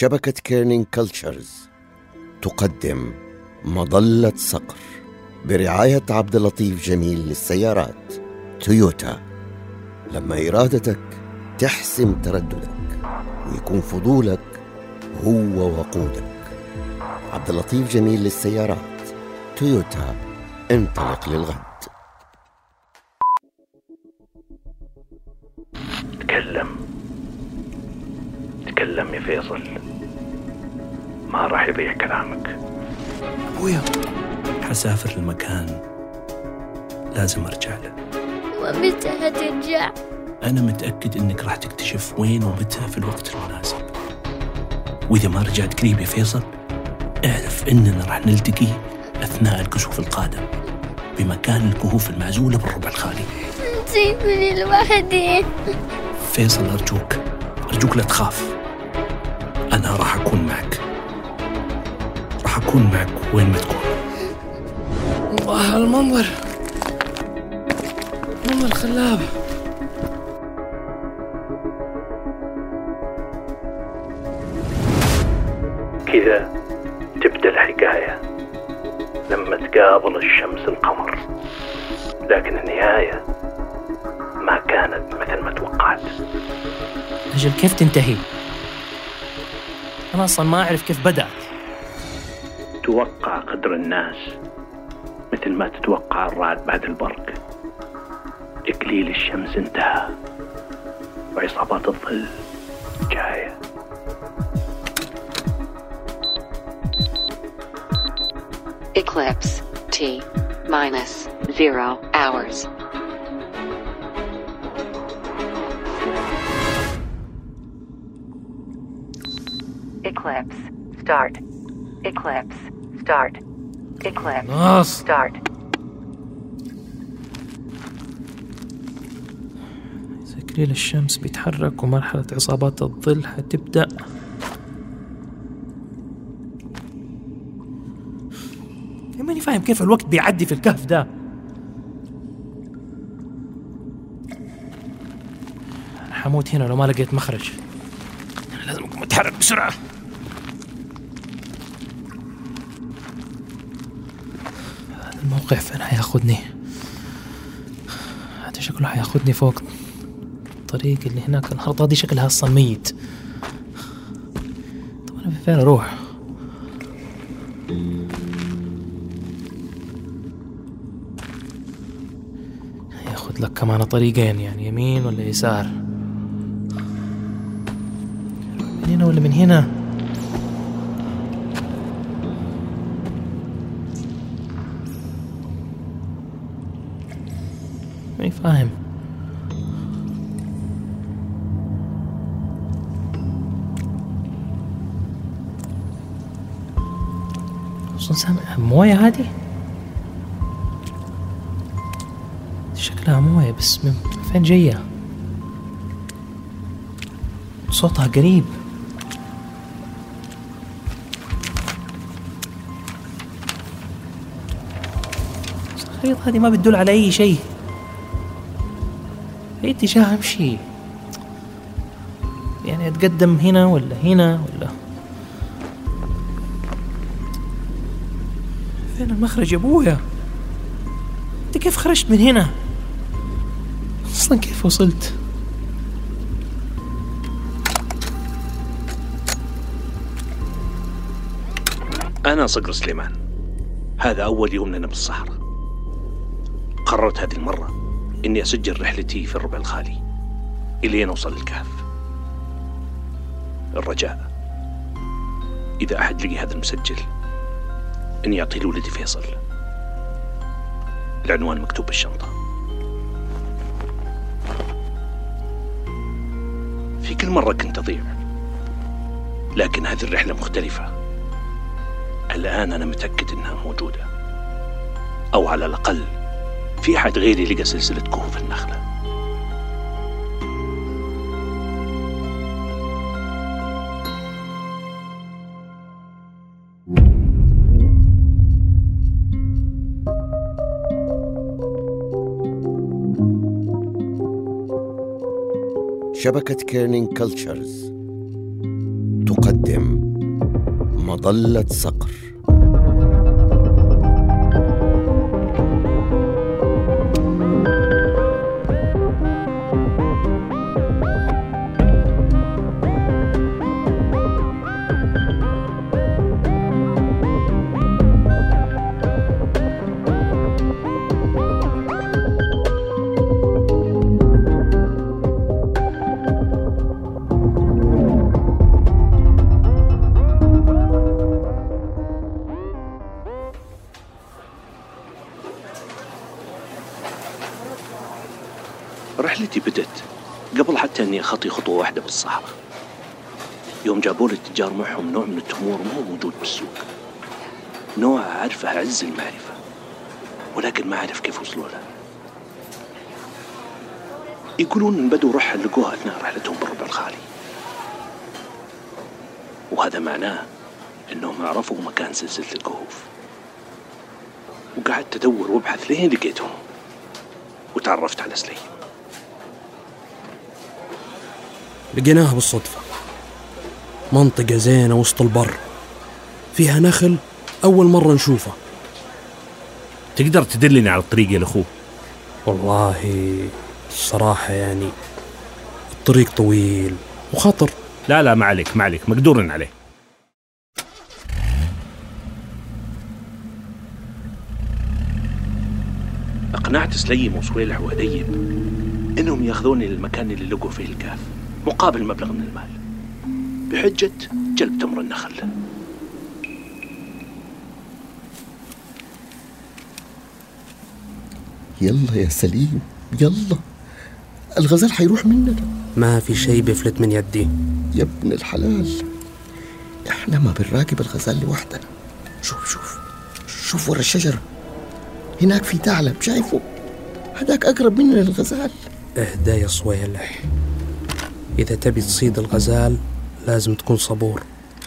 شبكة كيرنينج كلتشرز تقدم مظلة صقر برعاية عبد اللطيف جميل للسيارات تويوتا. لما إرادتك تحسم ترددك ويكون فضولك هو وقودك. عبد اللطيف جميل للسيارات تويوتا، انطلق للغد. تكلم يا فيصل، ما راح يضيع كلامك. أبويا حسافر المكان لازم أرجع له. ومتى هترجع؟ أنا متأكد إنك راح تكتشف وين ومتى في الوقت المناسب، وإذا ما رجعت قريب يا فيصل اعرف إننا راح نلتقي أثناء الكسوف القادم بمكان الكهوف المعزولة بالربع الخالي. سيبني لوحدي فيصل، أرجوك لا تخاف، أنا راح أكون معك وين ما تكون. الله على المنظر خلاب. كذا تبدأ الحكاية لما تقابل الشمس القمر، لكن النهاية ما كانت مثل ما توقعت. أجل كيف تنتهي؟ أنا أصلا ما أعرف كيف بدأت. توقع قدر الناس مثل ما تتوقع الرعد بعد البرق. إقليل الشمس انتهى وعصابات الظل جاية. Eclipse T-0 hours. Eclipse start. Eclipse start. Eclipse start. إقليل الشمس بيتحرك ومرحلة عصابات الظل حتبدأ. ماني فاهم كيف الوقت بيعدي في الكهف ده. أنا حموت هنا لو ما لقيت مخرج. أنا لازم أكون متحرك بسرعة. هذا الموقع فين حياخدني؟ هذا شكله حياخدني فوق الطريق اللي هناك. الأرض دي شكلها أصلا ميت. طب أنا فين أروح؟ ياخد لك كمان طريقين، يعني يمين ولا يسار؟ من هنا ولا من هنا؟ ماني فاهم. أصلا سامع موية هادي؟ شكلها موية بس من فين جاية؟ صوتها قريب. الخريطة هذه ما بتدل على أي شيء. في اتجاه أمشي، يعني أتقدم هنا ولا هنا ولا فين المخرج يا أبويا؟ أنت كيف خرجت من هنا؟ أصلا كيف وصلت؟ أنا صقر سليمان، هذا أول يوم لنا بالصحراء. قررت هذه المرة إني أسجل رحلتي في الربع الخالي إلين أوصل الكهف. الرجاء إذا أحد لقي هذا المسجل إني يعطي لولدي فيصل. العنوان مكتوب بالشنطة. في كل مرة كنت أضيع، لكن هذه الرحلة مختلفة. الآن أنا متأكد إنها موجودة، أو على الأقل في أحد غيري لقى سلسلة كهوف النخلة. شبكة كيرنينج كلتشرز تقدم مظلة صقر. رحلتي بدت قبل حتى أني أخطي خطوة واحدة بالصحراء. يوم جابوا لي التجار معهم نوع من التمور مو موجود بالسوق، نوع أعرفه عز المعرفة، ولكن ما أعرف كيف وصلوا له. يقولون إن بدوا رحل لقوها أثناء رحلتهم بالربع الخالي، وهذا معناه إنهم عرفوا مكان سلسلة الكهوف. وقعدت أدور وابحث لين لقيتهم وتعرفت على سليم. لقيناها بالصدفة، منطقة زينة وسط البر، فيها نخل أول مرة نشوفه. تقدر تدلني على الطريق يا الأخو؟ والله الصراحة يعني الطريق طويل وخطر. لا ما عليك مقدور عليه. أقنعت سليم وصويلح وهديب إنهم يأخذوني للمكان اللي لقوا فيه الكهف مقابل مبلغ من المال بحجة جلب تمر النخل. يلا يا سليم يلا، الغزال حيروح مننا. ما في شيء بيفلت من يدي يا ابن الحلال، احنا ما بنراقب الغزال لوحدنا. شوف ورا الشجرة هناك في ثعلب، شايفه؟ هذاك أقرب مننا للغزال. اهدى يا صويلح، إذا تبي تصيد الغزال لازم تكون صبور،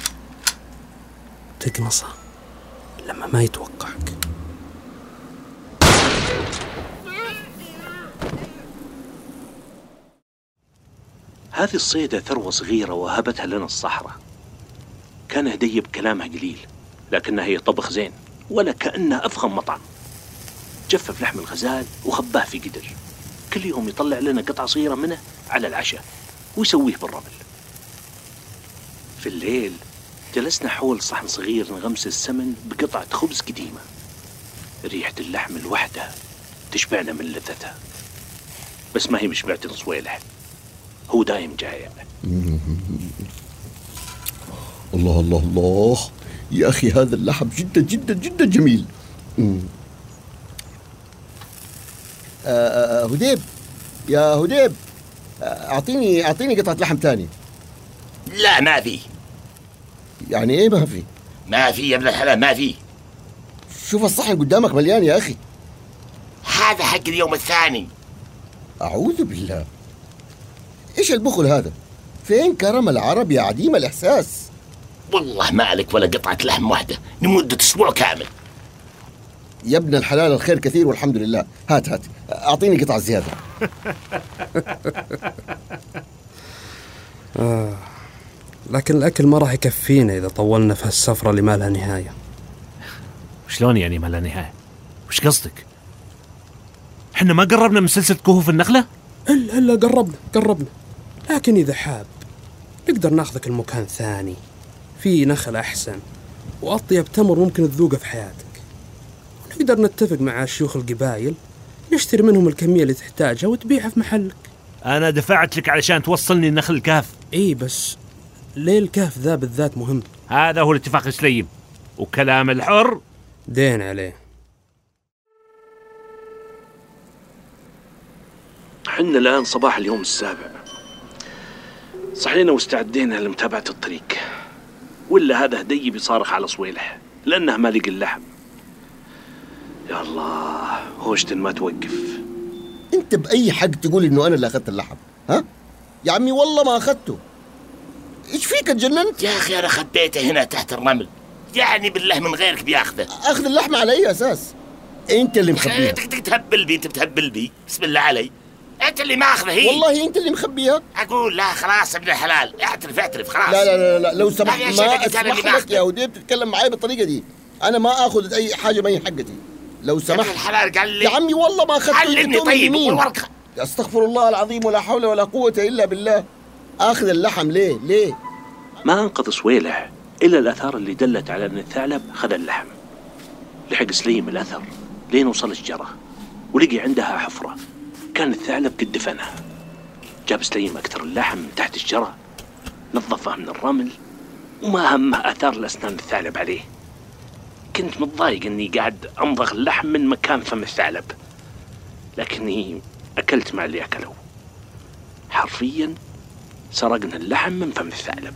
تقنصه لما ما يتوقعك. هذه الصيدة ثروة صغيرة وهبتها لنا الصحراء. كان هديب كلامها قليل، لكنها هي طبخ زين، ولا كأنها أفخم مطعم. جفف لحم الغزال وخباه في قدر، كل يوم يطلع لنا قطعة صغيرة منه على العشاء ويسويه بالرمل. في الليل جلسنا حول صحن صغير نغمس السمن بقطعة خبز قديمة. ريحة اللحم الوحدة تشبعنا من لذتها، بس ما هي مشبعت صويلح، هو دايم جايع. الله الله الله يا أخي، هذا اللحم جدا جدا جدا جميل. هديب يا هديب، أعطيني قطعة لحم تاني. لا ما في. يعني إيه ما في؟ ما في يا ابن الحلال، ما في. شوف الصحن قدامك مليان يا أخي. هذا حق اليوم الثاني. أعوذ بالله، إيش البخل هذا؟ فين كرم العرب يا عديم الإحساس؟ والله ما لك ولا قطعة لحم واحدة لمدة أسبوع كامل. يا ابن الحلال الخير كثير والحمد لله. هات أعطيني قطعة زيادة. لكن الأكل ما راح يكفينا إذا طولنا في هالسفرة اللي ما لها نهاية. شلون يعني ما لها نهاية؟ وش قصدك؟ احنا ما قربنا من سلسلة كهوف النخلة؟ إلا قربنا، لكن إذا حاب نقدر ناخذك المكان ثاني، في نخل أحسن وأطيب تمر ممكن تذوقه في حياتك. ونقدر نتفق مع شيوخ القبائل نشتري منهم الكمية اللي تحتاجها وتبيعها في محلك. أنا دفعت لك علشان توصلني النخل الكهف. إيه بس ليه الكهف ذا بالذات مهم؟ هذا هو الاتفاق السليم، وكلام الحر دين عليه. حنا الآن صباح اليوم السابع، صحينا واستعدينا لمتابعة الطريق، ولا هذا هدي بيصارخ على صويلح لأنه ما لقى اللحم. يا الله، هوشتن ما توقف. أنت بأي حق تقول إنه أنا اللي أخذت اللحم؟ ها؟ يا عمي والله ما أخذته. إيش فيك اتجننت؟ يا أخي أنا خبيته هنا تحت الرمل، يعني بالله من غيرك بياخذه. أخذ اللحم على أي أساس؟ أنت اللي مخبيها. تهبل بي، أنت بتهبل بي. بسم الله علي، انت اللي ماخذه هي. والله انت اللي مخبيها. اقول لا خلاص ابن الحلال، اعترف خلاص. لا لو سمحت ما اسمح لك يا وديب تتكلم معي بالطريقه دي. انا ما اخذ اي حاجه ما هي حقتي لو سمحت. ابن الحلال قال لي يا عمي والله ما اخذت. علمني طيب والورقه. استغفر الله العظيم ولا حول ولا قوه الا بالله. اخذ اللحم ليه؟ ما أنقذ صويلح إلا الآثار اللي دلت على أن الثعلب خذ اللحم. لحق سليم الأثر لين وصل الشجرة ولقي عندها حفرة كان الثعلب قد دفنها. جاب سليم أكثر اللحم من تحت الشجرة، نظفه من الرمل وما همه آثار الأسنان الثعلب عليه. كنت متضايق أني قاعد أمضغ اللحم من مكان فم الثعلب، لكني أكلت مع اللي أكلوا. حرفيا سرقنا اللحم من فم الثعلب.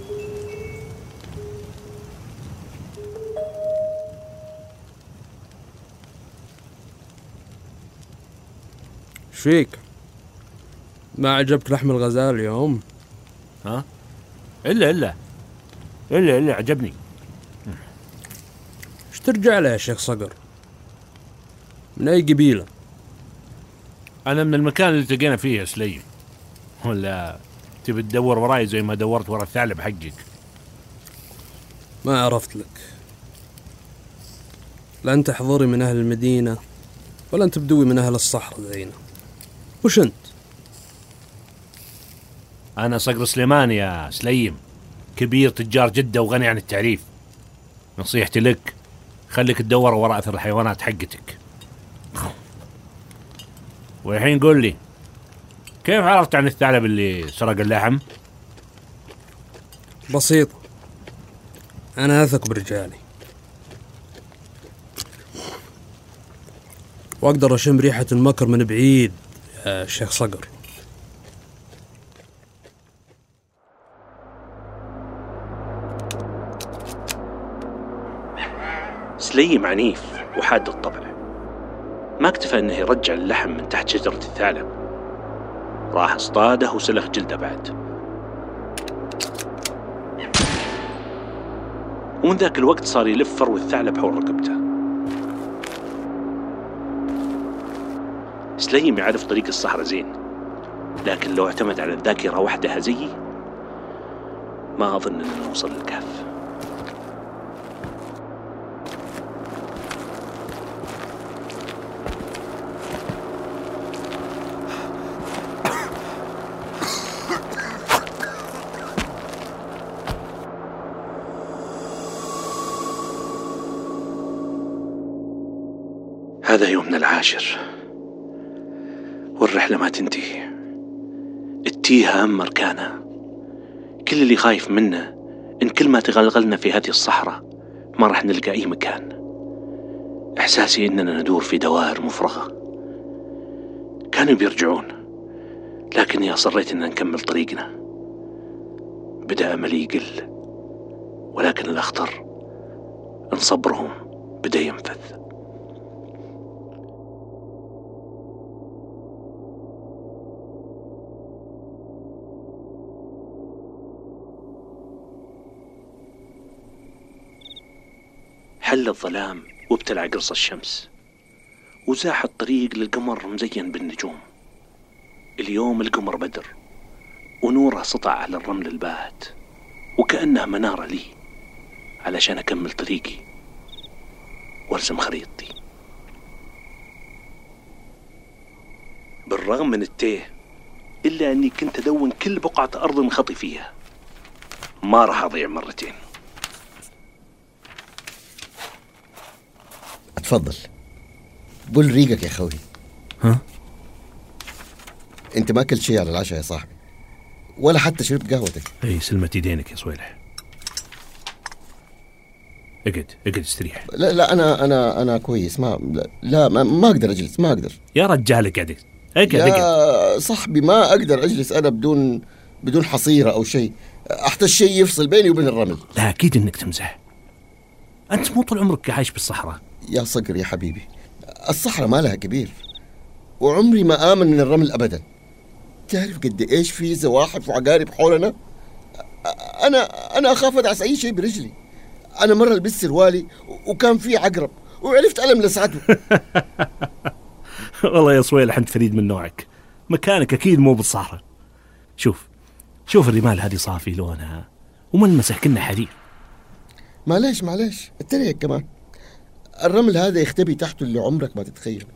فيك؟ ما عجبك لحم الغزال اليوم؟ ها؟ إلا عجبني. ايش ترجع له يا شيخ صقر؟ من أي قبيلة؟ أنا من المكان اللي التقينا فيه يا سليم. ولا تبي تدور وراي زي ما دورت ورا الثعلب حقك؟ ما عرفت لك. لا أنت حضوري من أهل المدينة ولا أنت بدوي من أهل الصحراء زينا. وش أنت؟ أنا صقر سليمان يا سليم، كبير تجار جدة وغني عن التعريف. نصيحتي لك خليك تدور وراء أثر الحيوانات حقتك. والحين قول لي كيف عرفت عن الثعلب اللي سرق اللحم؟ بسيطة، أنا أثق برجالي وأقدر أشم ريحة المكر من بعيد يا شيخ صقر. سليم عنيف وحاد الطبع، ما اكتفى انه يرجع اللحم من تحت شجرة الثعلب، راح اصطاده وسلخ جلده بعد. ومن ذاك الوقت صار يلف فرو الثعلب حول رقبته. سليم يعرف طريق الصحراء زين، لكن لو اعتمد على الذاكرة وحدها زيي ما أظن أنه نوصل للكهف. هذا يومنا العاشر والرحلة ما تنتهي. التيهة أم مركانة. كل اللي خايف منه إن كل ما تغلغلنا في هذه الصحراء ما راح نلقى أي مكان. إحساسي إننا ندور في دوائر مفرغة. كانوا بيرجعون لكني أصريت إن نكمل طريقنا. بدأ أملي يقل، ولكن الأخطر إن صبرهم بدأ ينفذ. حل الظلام وابتلع قرص الشمس وزاح الطريق للقمر مزين بالنجوم. اليوم القمر بدر ونوره سطع على الرمل الباهت وكأنه منارة لي علشان أكمل طريقي وارسم خريطتي. بالرغم من التيه إلا أني كنت أدون كل بقعة أرض انخطي فيها. ما راح أضيع مرتين. تفضل بول ريقك يا خوي. ها؟ انت ما اكلت شيء على العشاء يا صاحبي ولا حتى شربت قهوتك. اي سلمت يدينك يا صويلح. اقعد استريح. لا انا كويس. ما اقدر اجلس. ما اقدر يا رجال. اقعد يا صاحبي. ما اقدر اجلس انا بدون حصيرة او شيء. احتاج شيء يفصل بيني وبين الرمل. لا اكيد انك تمزح. انت مو طول عمرك عايش بالصحراء يا صقر يا حبيبي. الصحراء ما لها كبير وعمري ما آمن من الرمل أبدا. تعرف قد إيش في زواحف وعقارب حولنا. أنا أخاف أدعس أي شيء برجلي. أنا مرة لبست سروالي وكان فيه عقرب وعرفت ألم لسعته. والله يا صويلح أنت فريد من نوعك. مكانك أكيد مو بالصحراء. شوف الرمال هذه صافي لونها وملمسه كنا حديد. معليش اتريق كمان. الرمل هذا يختبي تحته اللي عمرك ما تتخيل.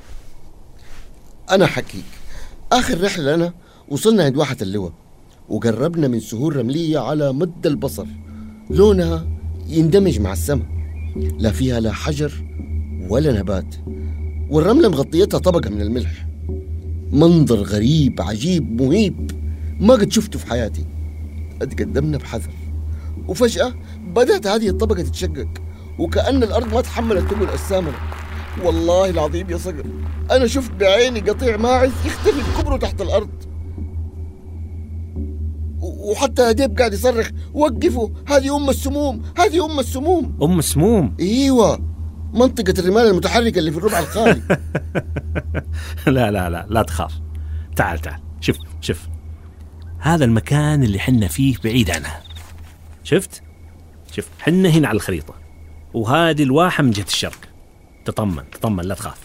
أنا حكيك آخر رحلة لنا وصلنا عند واحة اللواء وقربنا من سهول رملية على مد البصر، لونها يندمج مع السماء، لا فيها لا حجر ولا نبات، والرملة مغطيتها طبقة من الملح. منظر غريب عجيب مهيب ما قد شفته في حياتي. اتقدمنا بحذر وفجأة بدأت هذه الطبقة تتشقق وكأن الأرض ما تحملت تقول أجسامنا. والله العظيم يا صقر أنا شفت بعيني قطيع ماعز يختفي بكبره تحت الأرض، وحتى هديب قاعد يصرخ وقفوا، هذه أم السموم، هذه أم السموم. أم السموم؟ إيوه، منطقة الرمال المتحركة اللي في الربع الخالي. لا تخاف. تعال شوف هذا المكان اللي حنا فيه بعيد عنها. شوف حنا هنا على الخريطة، وهذه الواحة من جهة الشرق. تطمن لا تخاف.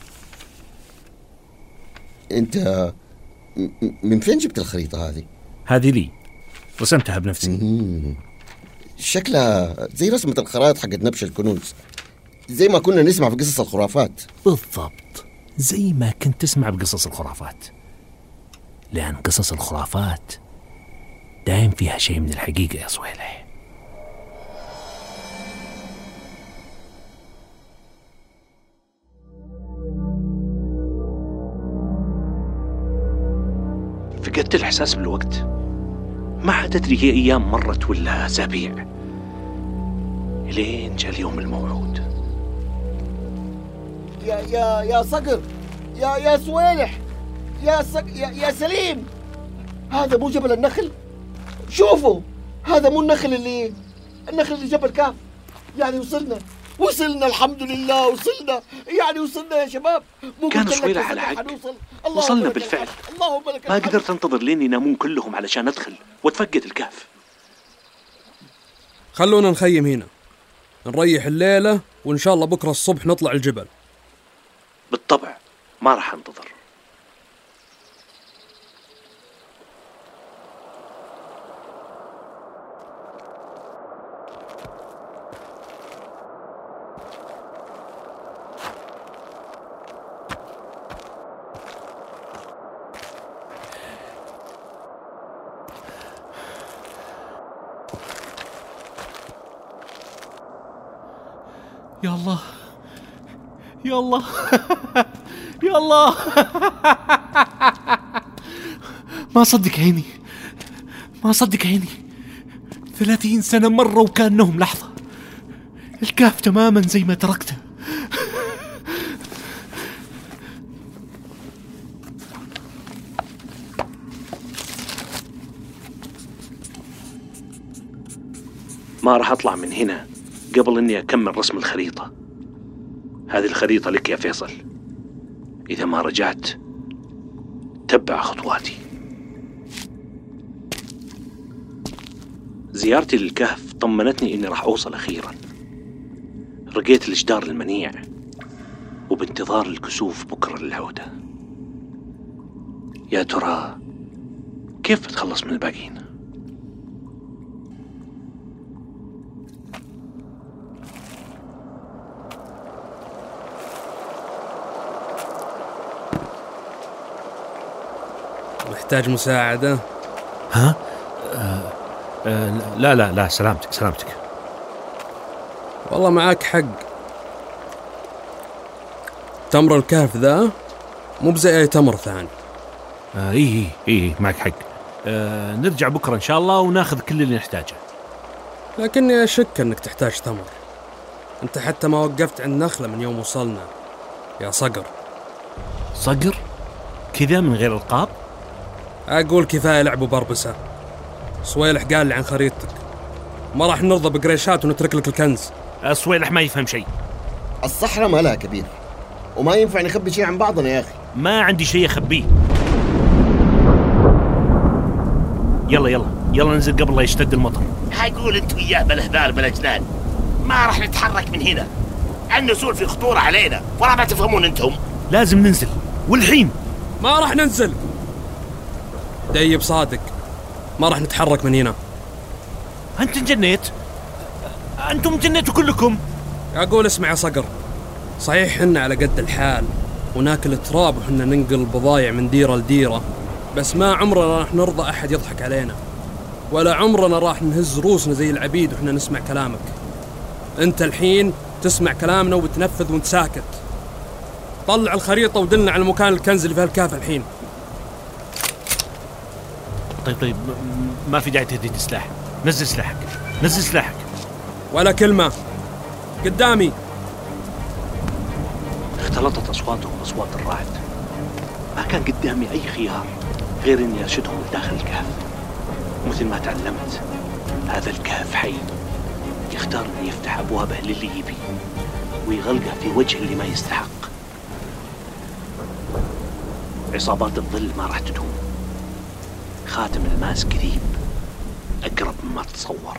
انت من فين جبت الخريطة هذه؟ هذه لي، رسمتها بنفسي. شكلها زي رسمة الخرائط حقت نبش الكنوز، زي ما كنا نسمع في قصص الخرافات. بالضبط زي ما كنت تسمع بقصص الخرافات، لأن قصص الخرافات دايم فيها شيء من الحقيقة يا صويلح. فقدت الإحساس بالوقت، ما عاد أدري هي أيام مرت ولا أسابيع، لين جاء اليوم الموعود. يا صقر، يا صويلح، يا سليم، هذا مو جبل النخل؟ شوفوا هذا مو النخل اللي جبل كاف. يعني وصلنا الحمد لله، وصلنا يا شباب. كان صويلح على حق، وصلنا بالفعل. ما قدرت انتظر لين ينامون كلهم علشان ادخل واتفقد الكهف. خلونا نخيم هنا، نريح الليلة، وإن شاء الله بكرة الصبح نطلع الجبل. بالطبع ما راح انتظر. يا الله يا الله ما صدق عيني 30 سنة مرة وكأنهم لحظة. الكهف تماما زي ما تركته. ما راح أطلع من هنا قبل أني أكمل رسم الخريطة. هذه الخريطة لك يا فيصل، إذا ما رجعت تبع خطواتي. زيارتي للكهف طمنتني إني راح أوصل أخيرا. رقيت الجدار المنيع وبانتظار الكسوف بكرة للعودة. يا ترى كيف بتخلص من الباقيين؟ محتاج مساعدة؟ ها؟ لا سلامتك. والله معاك حق، تمر الكهف ذا مو بزي أي تمر ثاني. إيه معك حق. نرجع بكرة إن شاء الله وناخذ كل اللي نحتاجه. لكني أشك أنك تحتاج تمر، أنت حتى ما وقفت عند نخلة من يوم وصلنا يا صقر. صقر؟ كذا من غير القاب؟ أقول كفاية لعب وبربسة. صويلح قال لي عن خريطتك، ما راح نرضى بقريشات ونترك لك الكنز. صويلح ما يفهم شيء. الصحراء ما لها كبير، وما ينفع نخبي شيء عن بعضنا يا أخي. ما عندي شيء أخبيه. يلا ننزل قبل لا يشتد المطر. هقول انت وياه بالهذار بالاجنان، ما راح نتحرك من هنا. النزول في خطورة علينا، ولا ما تفهمون انتم. لازم ننزل والحين. ما راح ننزل، ديب صادق، ما راح نتحرك من هنا. أنت انجنيت؟ أنتم جنيتوا كلكم؟ أقول اسمع يا صقر، صحيح حنا على قد الحال وناكل تراب وحنا ننقل بضايع من ديرة لديرة، بس ما عمرنا راح نرضى أحد يضحك علينا، ولا عمرنا راح نهز روسنا زي العبيد وحنا نسمع كلامك. أنت الحين تسمع كلامنا وبتنفذ وانت ساكت. طلع الخريطة ودلنا على مكان الكنز اللي في هالكاف الحين. طيب ما في داعي تهديد السلاح. نزل سلاحك، نزل سلاحك. ولا كلمة قدامي. اختلطت أصواتهم بأصوات الرعد. ما كان قدامي أي خيار غير إني أرشدهم داخل الكهف. مثل ما تعلمت، هذا الكهف حي، يختار أن يفتح أبوابه للي يبي ويغلقه في وجه اللي ما يستحق. عصابات الظل ما راح تدوم. خاتم الماس قريب، أقرب مما تتصور.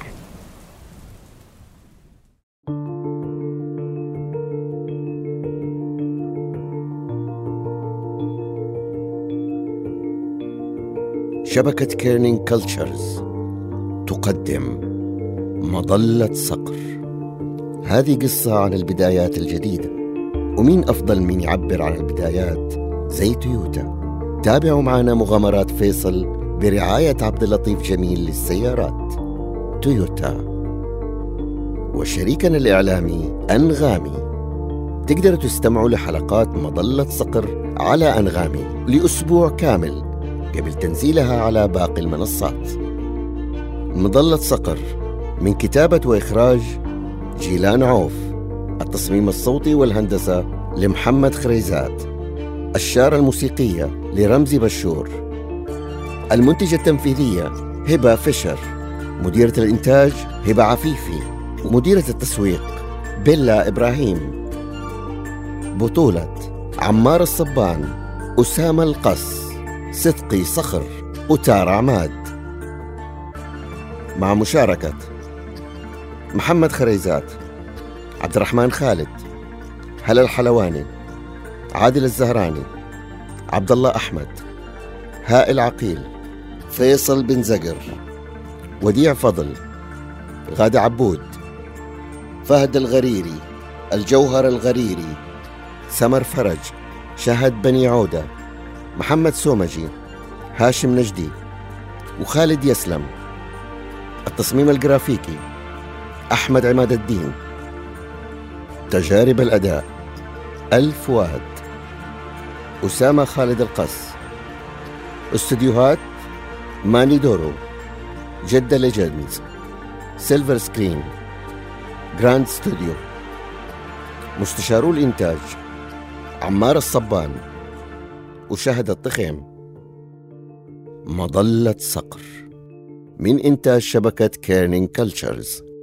شبكة كيرنينج كلتشرز تقدم مظلة صقر. هذه قصة عن البدايات الجديدة، ومين أفضل من يعبر عن البدايات زي تويوتا. تابعوا معنا مغامرات فيصل برعاية عبد اللطيف جميل للسيارات تويوتا، وشريكنا الإعلامي أنغامي. تقدروا تستمعوا لحلقات مظلة صقر على أنغامي لأسبوع كامل قبل تنزيلها على باقي المنصات. مظلة صقر من كتابة وإخراج جيلان عوف، التصميم الصوتي والهندسة لمحمد خريزات، الشارة الموسيقية لرمزي بشور، المنتجة التنفيذية هبة فيشر، مديرة الإنتاج هبة عفيفي، ومديرة التسويق بيلا إبراهيم. بطولة عمار الصبان، أسامة القص، صدقي صخر، وتار عماد، مع مشاركة محمد خريزات، عبد الرحمن خالد، هلا الحلواني، عادل الزهراني، عبد الله أحمد، هائل عقيل، فيصل بن زقر، وديع فضل، غادة عبود، فهد الغريري، الجوهر الغريري، سمر فرج، شهد بني عودة، محمد سومجي، هاشم نجدي، وخالد يسلم. التصميم الجرافيكي أحمد عماد الدين. تجارب الأداء الفواد، أسامة خالد القص. استديوهات ماني دورو، جدة ليجندز، سيلفر سكرين، جراند ستوديو. مستشارو الإنتاج عمار الصبان وشهد الطخيم. مظلة صقر من إنتاج شبكة كيرنينج كلتشرز.